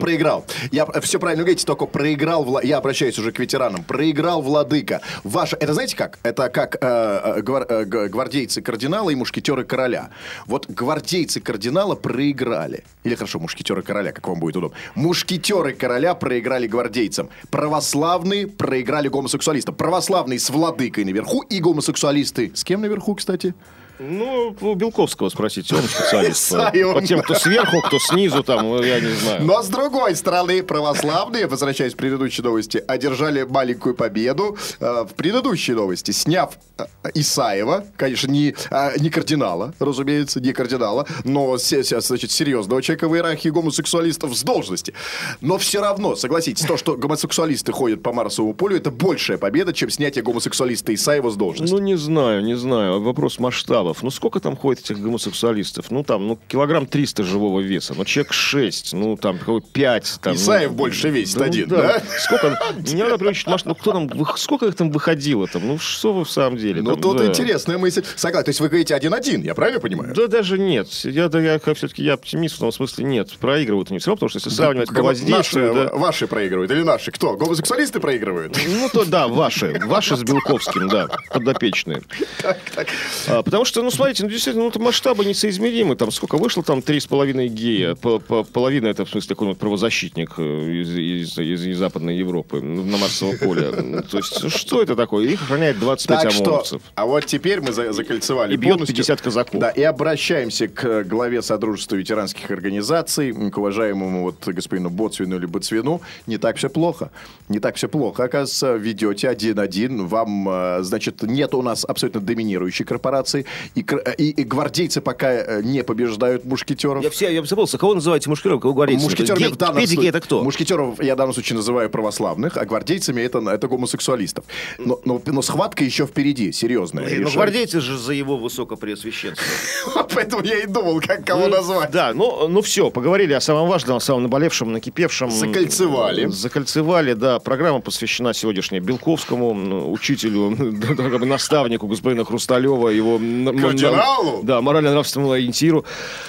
C: проиграл. Я все правильно говорите, только проиграл. Вла... Я обращаюсь уже к ветеранам. Проиграл владыка. Ваша... Это знаете как? Это как э, гвар... э, гвардейцы кардинала и мушкетеры короля. Вот гвардейцы кардинала проиграли. Или хорошо, мушкетеры короля, как вам будет удобно. Мушкетеры короля проиграли гвардейцам. Православные проиграли гомосексуалистам. Православные с владыкой наверху и гомосексуалисты. С кем наверху, кстати?
D: Ну, у Белковского спросите, он специалист. По, по тем, кто сверху, кто снизу, там, я не знаю.
C: Но с другой стороны, православные, возвращаясь к предыдущей новости, одержали маленькую победу э, в предыдущей новости, сняв э, Исаева, конечно, не, э, не кардинала, разумеется, не кардинала, но значит, серьезного человека в иерархии гомосексуалистов с должности. Но все равно, согласитесь, то, что гомосексуалисты ходят по Марсовому полю, это большая победа, чем снятие гомосексуалиста Исаева с должности.
D: Ну, не знаю, не знаю. Вопрос масштаба. Ну, сколько там ходит этих гомосексуалистов? Ну, там, ну, килограмм триста живого веса. Ну, человек шесть, ну, там, пять. Там,
C: Исаев
D: ну,
C: больше весит
D: да,
C: один,
D: да?
C: да?
D: Сколько? Мне надо привлечь, ну, кто там, сколько их там выходило там? Ну, что вы в самом деле?
C: Ну,
D: там,
C: тут
D: да.
C: интересная мысль. Согласен, то есть вы говорите один-один, я правильно понимаю?
D: Да даже нет. Я, да, я все-таки я оптимист в том смысле, нет. Проигрывают они все равно, потому что если сравнивать по воздействию...
C: Наши,
D: да...
C: Ваши проигрывают или наши? Кто? Гомосексуалисты проигрывают?
D: Ну, то да, ваши. Ваши с Белковским, да, подопечные.
C: Так, так.
D: А, потому что, ну, смотрите, ну, действительно, ну, масштабы несоизмеримы. Там сколько вышло? Там три с половиной гея. Половина, это, в смысле, такой вот правозащитник из, из, из, из Западной Европы на Марсовом поле. То есть, что это такое? Их охраняет двадцать пять ОМОНовцев.
C: А вот теперь мы за, закольцевали
D: и бьет
C: полностью.
D: пятьдесят казаков.
C: Да, и обращаемся к главе Содружества ветеранских организаций, к уважаемому вот господину Боцвину или Боцвину. Не так все плохо. Не так все плохо. Оказывается, ведете один-один. Вам, значит, нет у нас абсолютно доминирующей корпорации. И, и, и гвардейцы пока не побеждают мушкетеров.
B: Я все, я забылся, кого называете мушкетеров, кого гвардейцев?
C: Мушкетерами в данном
B: случае это кто?
C: Мушкетеров я в данном случае называю православных, а гвардейцами это, это гомосексуалистов. Но, но, но схватка еще впереди, серьезная.
B: Но гвардейцы же за его высокопреосвященство.
C: Поэтому я и думал, как кого назвать.
D: Да, ну, ну все, поговорили о самом важном, о самом наболевшем, накипевшем.
C: Закольцевали.
D: Закольцевали, да. Программа посвящена сегодняшняя Белковскому, учителю, наставнику господина Хрусталева, его...
C: Кардиналу?
D: Да, морально-нравственному ориентиру.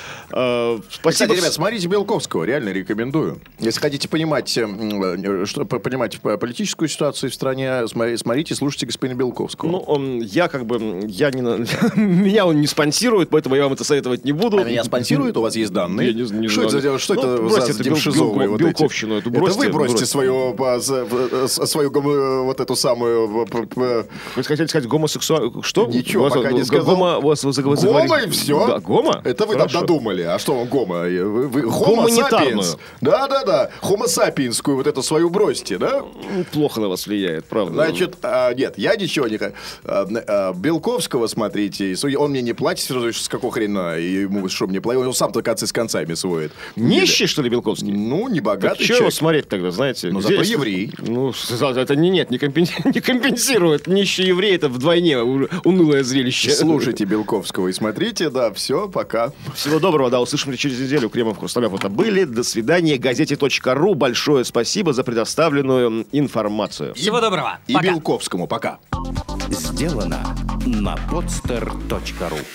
D: Uh, спасибо.
C: Кстати, ребят, смотрите Белковского, реально рекомендую. Если хотите понимать, что, понимать политическую ситуацию в стране, смотрите, слушайте господина Белковского.
D: Ну, он, я как бы, я не, меня он не спонсирует, поэтому я вам это советовать не буду.
C: А меня спонсирует? У вас есть данные?
D: Я не, не
C: что
D: знаю.
C: это, что
D: ну,
C: это
D: бросьте,
C: за
D: это
C: демшизовые вот
D: Белковщину
C: эти?
D: эту бросьте.
C: Это вы бросьте,
D: бросьте.
C: Свою, свою вот эту самую...
D: Вы хотели сказать гомосексуал... Что?
C: Ничего,
D: вас,
C: пока не сказал.
D: Гома, вас, вы заговорили...
C: Гома и все.
D: Да, гома?
C: Это вы
D: Хорошо.
C: там додумали. А что вам гома? Вы, вы, homo
D: Гуманитарную.
C: sapiens. Да-да-да. Homo sapienскую вот эту свою бросьте, да?
D: Плохо на вас влияет, правда.
C: Значит, а, нет, я ничего не хочу. А, а, Белковского, смотрите, он мне не платит, с какого хрена, ему что мне платить? Он сам-то концы с концами сводит.
D: Нищий, что ли, Белковский?
C: Ну, не богатый
D: человек. Чего его смотреть тогда, знаете?
C: Ну, зато еврей.
D: Ну, это не, нет, не, компенси... не компенсирует. Нищий еврей — это вдвойне унылое зрелище.
C: Слушайте Белковского и смотрите, да, все, пока.
D: Всего доброго, да, услышимся через неделю. Кремов, Хрусталев это были. До свидания. газете точка ру. Большое спасибо за предоставленную информацию.
B: Всего доброго.
C: И
B: Пока.
C: Белковскому пока.
A: Сделано на podster точка ру.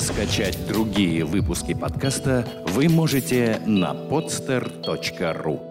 A: Скачать другие выпуски подкаста вы можете на podster точка ру.